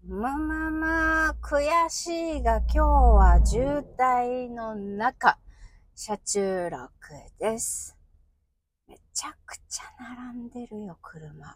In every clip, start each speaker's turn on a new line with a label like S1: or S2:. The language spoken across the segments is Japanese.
S1: 悔しいが今日は渋滞の中、車中録です。めちゃくちゃ並んでるよ、車。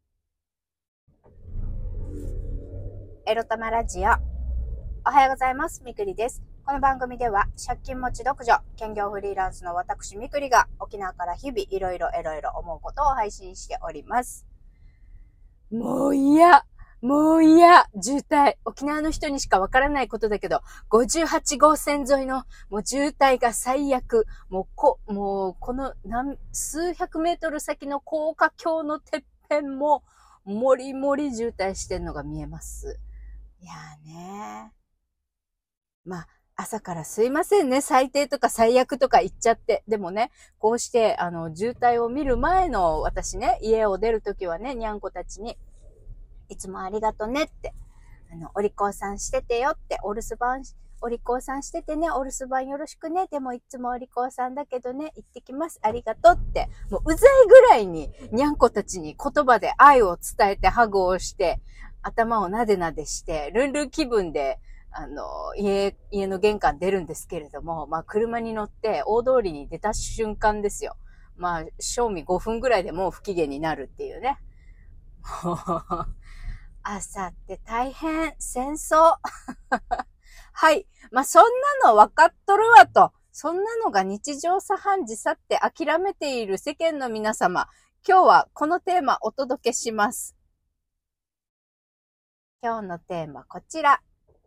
S1: エロ玉ラジオ。おはようございます。みくりです。この番組では、借金持ち独女、兼業フリーランスの私みくりが、沖縄から日々いろいろ思うことを配信しております。もう嫌、渋滞。沖縄の人にしかわからないことだけど、58号線沿いのもう渋滞が最悪。もうこの数百メートル先の高架橋のてっぺんも、もりもり渋滞してんのが見えます。いやーね。まあ、朝からすいませんね。最低とか最悪とか言っちゃって。でもね、こうして、渋滞を見る前の私ね、家を出るときはね、にゃんこたちに、いつもありがとねって、お利口さんしててよって、お利口さんしててね、お留守番よろしくね、でもいつもお利口さんだけどね、行ってきます、ありがとうって、もううざいぐらいに、にゃんこたちに言葉で愛を伝えてハグをして、頭をなでなでして、ルンルン気分で、家の玄関出るんですけれども、まあ、車に乗って大通りに出た瞬間ですよ。まあ、正味5分ぐらいでもう不機嫌になるっていうね。朝って大変、戦争。はい。まあ、そんなの分かっとるわと。そんなのが日常茶飯事さって諦めている世間の皆様。今日はこのテーマお届けします。今日のテーマこちら。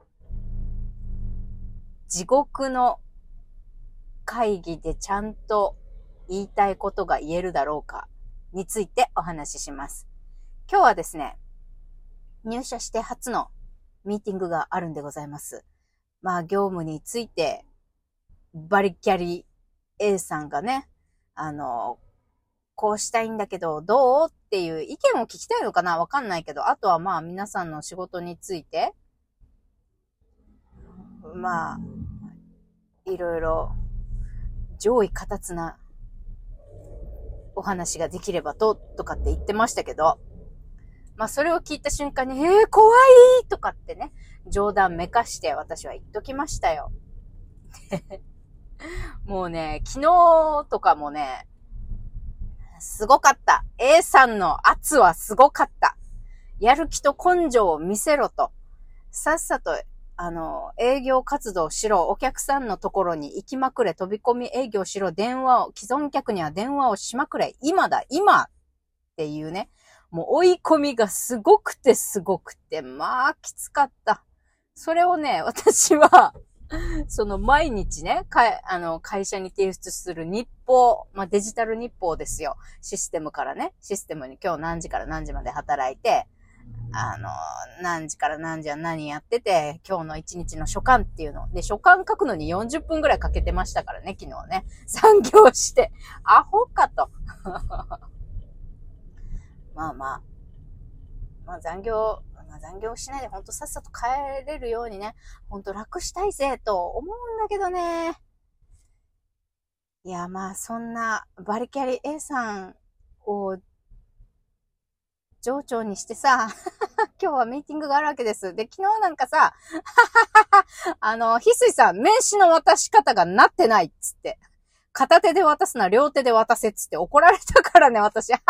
S1: 地獄の会議でちゃんと言いたいことが言えるだろうかについてお話しします。今日はですね、入社して初のミーティングがあるんでございます。まあ業務についてバリキャリ A さんがね、こうしたいんだけどどうっていう意見を聞きたいのかなわかんないけど、あとはまあ皆さんの仕事について、まあ、いろいろ上位形つなお話ができればとかって言ってましたけど、まあそれを聞いた瞬間に、怖いとかってね、冗談めかして私は言っときましたよ。もうね、昨日とかもね、すごかった。A さんの圧はすごかった。やる気と根性を見せろと。さっさと、営業活動しろ。お客さんのところに行きまくれ。飛び込み営業しろ。既存客には電話をしまくれ。今っていうね。もう追い込みがすごくて、まあ、きつかった。それをね、私は、その毎日ね、会社に提出する日報、まあデジタル日報ですよ。システムに今日何時から何時まで働いて、何時から何時は何やってて、今日の一日の書簡っていうの。で、書簡書くのに40分ぐらいかけてましたからね、昨日ね。残業して。アホかと。まあ残業しないでほんとさっさと帰れるようにね、ほんと楽したいぜと思うんだけどね。いや、まあそんなバリキャリ A さんを上長にしてさ、今日はミーティングがあるわけです。で、昨日なんかさ、翡翠さん、名刺の渡し方がなってないっつって。片手で渡すな、両手で渡せっつって怒られたからね、私。40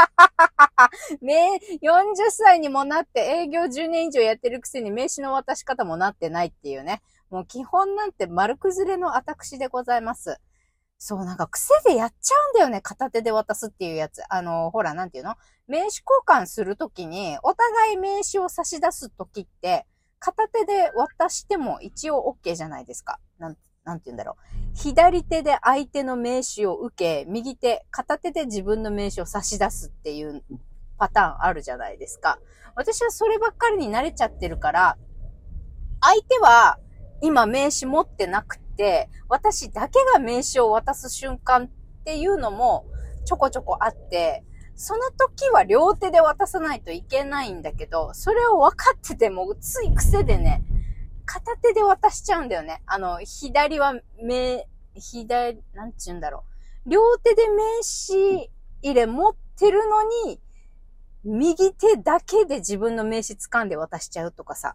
S1: 歳にもなって営業10年以上やってるくせに名刺の渡し方もなってないっていうね。もう基本なんて丸崩れの私でございます。そう、なんか癖でやっちゃうんだよね、片手で渡すっていうやつ。ほら、なんていうの？名刺交換するときに、お互い名刺を差し出すときって、片手で渡しても一応 OK じゃないですか。なんて言うんだろう。左手で相手の名刺を受け、右手、片手で自分の名刺を差し出すっていうパターンあるじゃないですか。私はそればっかりに慣れちゃってるから、相手は今名刺持ってなくて、私だけが名刺を渡す瞬間っていうのもちょこちょこあって、その時は両手で渡さないといけないんだけど、それを分かっててもつい癖でね、片手で渡しちゃうんだよね。左はなんて言うんだろう。両手で名刺入れ持ってるのに、右手だけで自分の名刺掴んで渡しちゃうとかさ。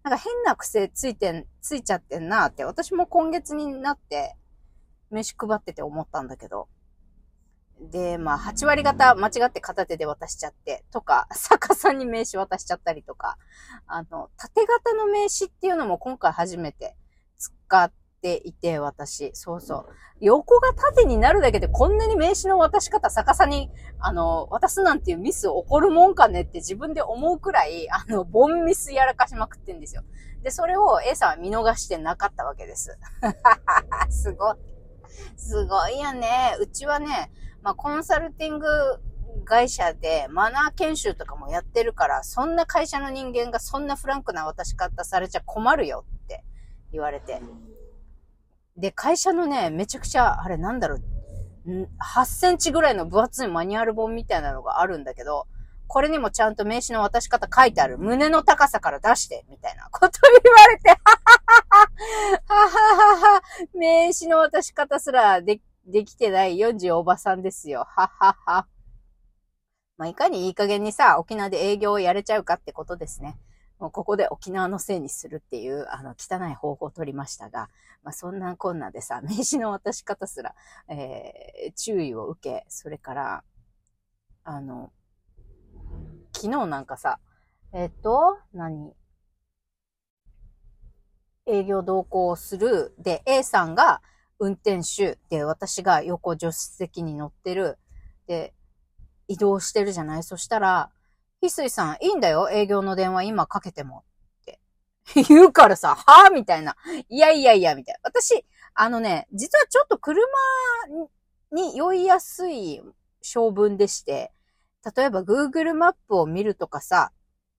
S1: なんか変な癖ついちゃってんなって、私も今月になって名刺配ってて思ったんだけど。で、まあ、8割方間違って片手で渡しちゃって、とか、逆さに名刺渡しちゃったりとか、縦型の名刺っていうのも今回初めて使っていて、私。そうそう。横が縦になるだけでこんなに名刺の渡し方逆さに、渡すなんていうミス起こるもんかねって自分で思うくらい、ボンミスやらかしまくってんですよ。で、それを A さんは見逃してなかったわけです。すごい。すごいよね。うちはね、まあ、コンサルティング会社でマナー研修とかもやってるから、そんな会社の人間がそんなフランクな渡し方されちゃ困るよって言われて。で、会社のね、めちゃくちゃ、あれなんだろう、8センチぐらいの分厚いマニュアル本みたいなのがあるんだけど、これにもちゃんと名刺の渡し方書いてある。胸の高さから出して、みたいなこと言われて、はははは、名刺の渡し方すらできてない40おばさんですよ。ははは。まあ、いかにいい加減にさ、沖縄で営業をやれちゃうかってことですね。もうここで沖縄のせいにするっていう、汚い方法を取りましたが、まあ、そんなこんなでさ、名刺の渡し方すら、注意を受け、それから、昨日なんかさ、営業同行する。で、A さんが運転手で、私が横助手席に乗ってる。で、移動してるじゃない？そしたら、翡翠さん、いいんだよ、営業の電話今かけても。って言うからさ、はぁみたいな。いやいやいや、みたいな。私、実はちょっと車に酔いやすい性分でして、例えば Google マップを見るとかさ、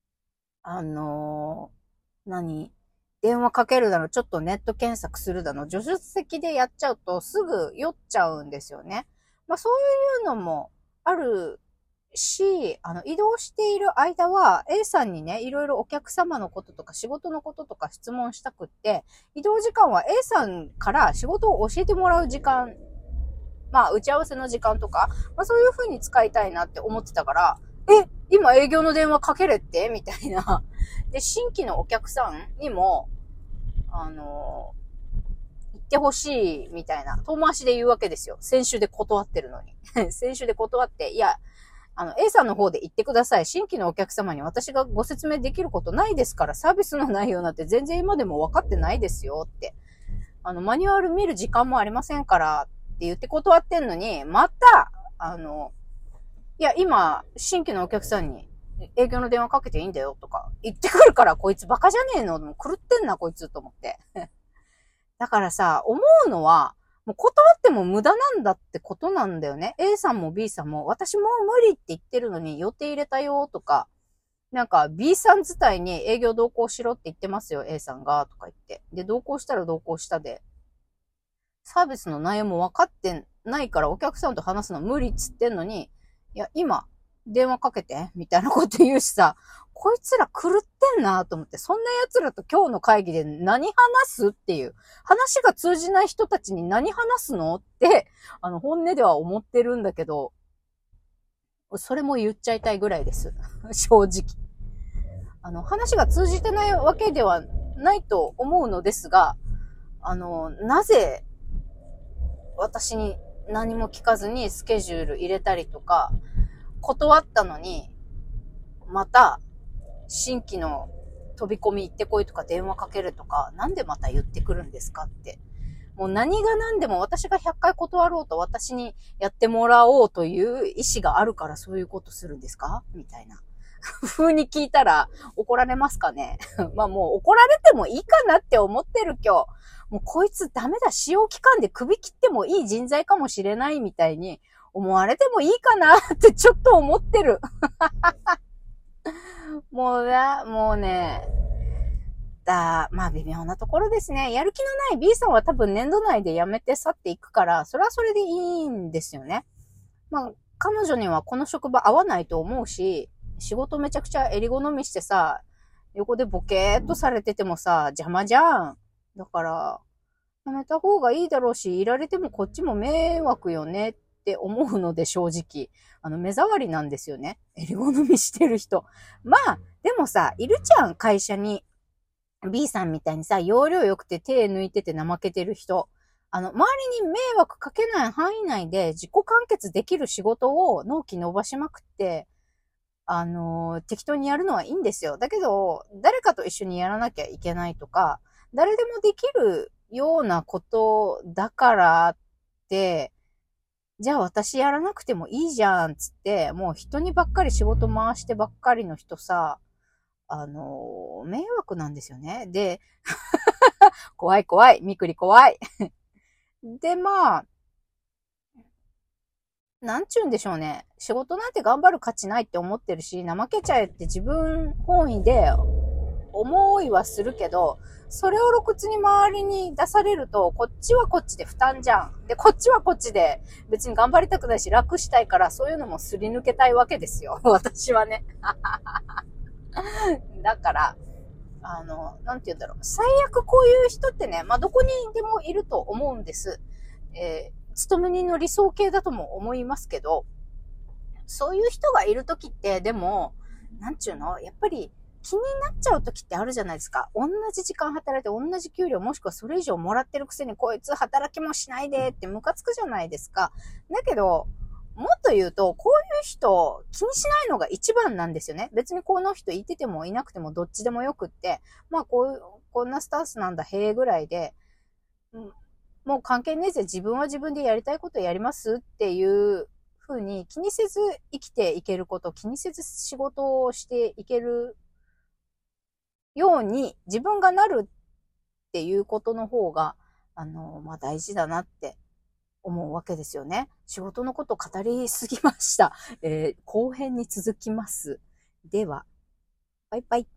S1: 電話かけるだの、ちょっとネット検索するだの、助手席でやっちゃうとすぐ酔っちゃうんですよね。まあそういうのもあるし、移動している間は A さんにね、いろいろお客様のこととか仕事のこととか質問したくって、移動時間は A さんから仕事を教えてもらう時間、まあ打ち合わせの時間とか、まあそういう風に使いたいなって思ってたから、今営業の電話かけれってみたいな。で、新規のお客さんにも、行ってほしいみたいな、遠回しで言うわけですよ。先週で断ってるのに。先週で断って、いや、A さんの方で言ってください。新規のお客様に私がご説明できることないですから、サービスの内容なんて全然今でも分かってないですよって。マニュアル見る時間もありませんからって言って断ってんのに、また、いや、今、新規のお客さんに営業の電話かけていいんだよとか言ってくるから、こいつバカじゃねえの？狂ってんな、こいつと思って。だからさ、思うのは、もう断っても無駄なんだってことなんだよね。A さんも B さんも、私もう無理って言ってるのに予定入れたよとか、なんか B さん自体に営業同行しろって言ってますよ、A さんが、とか言って。で、同行したら同行したで、サービスの内容も分かってないからお客さんと話すの無理っつってんのに、いや、今、電話かけてみたいなこと言うしさ、こいつら狂ってんなと思って、そんな奴らと今日の会議で何話すっていう、話が通じない人たちに何話すのって、本音では思ってるんだけど、それも言っちゃいたいぐらいです。正直。話が通じてないわけではないと思うのですが、なぜ、私に何も聞かずにスケジュール入れたりとか、断ったのに、また、新規の飛び込み行ってこいとか電話かけるとか、なんでまた言ってくるんですかって。もう何が何でも私が100回断ろうと私にやってもらおうという意思があるからそういうことするんですかみたいな。風に聞いたら怒られますかね。まあもう怒られてもいいかなって思ってる今日。もうこいつダメだ、使用期間で首切ってもいい人材かもしれないみたいに思われてもいいかなってちょっと思ってる。もうね、まあ微妙なところですね。やる気のない B さんは多分年度内で辞めて去っていくから、それはそれでいいんですよね。まあ彼女にはこの職場合わないと思うし、仕事めちゃくちゃ襟好みしてさ、横でボケーっとされててもさ、邪魔じゃん。だから、やめた方がいいだろうし、いられてもこっちも迷惑よねって思うので正直。目障りなんですよね。襟好みしてる人。まあ、でもさ、いるじゃん、会社に。 B さんみたいにさ、容量良くて手抜いてて怠けてる人、周りに迷惑かけない範囲内で自己完結できる仕事を納期伸ばしまくって、適当にやるのはいいんですよ。だけど、誰かと一緒にやらなきゃいけないとか、誰でもできるようなことだからって、じゃあ私やらなくてもいいじゃん、つって、もう人にばっかり仕事回してばっかりの人さ、迷惑なんですよね。で、怖い怖い、みくり怖い。で、まあ、なんちゅうんでしょうね。仕事なんて頑張る価値ないって思ってるし、怠けちゃえって自分本位で思いはするけど、それを露骨に周りに出されると、こっちはこっちで負担じゃん。で、こっちはこっちで別に頑張りたくないし楽したいから、そういうのもすり抜けたいわけですよ。私はね。だから、なんて言うんだろう。最悪こういう人ってね、まあ、どこにでもいると思うんです。勤め人の理想形だとも思いますけど、そういう人がいるときって、でも、なんちゅうのやっぱり気になっちゃうときってあるじゃないですか。同じ時間働いて同じ給料もしくはそれ以上もらってるくせにこいつ働きもしないでってムカつくじゃないですか。だけど、もっと言うと、こういう人気にしないのが一番なんですよね。別にこの人いててもいなくてもどっちでもよくって、まあこんなスタンスなんだ、へえぐらいで、もう関係ねえぜ、自分は自分でやりたいことやりますっていう風に気にせず生きていけること、気にせず仕事をしていけるように自分がなるっていうことの方が、まあ、大事だなって思うわけですよね。仕事のこと語りすぎました。後編に続きます。では、バイバイ。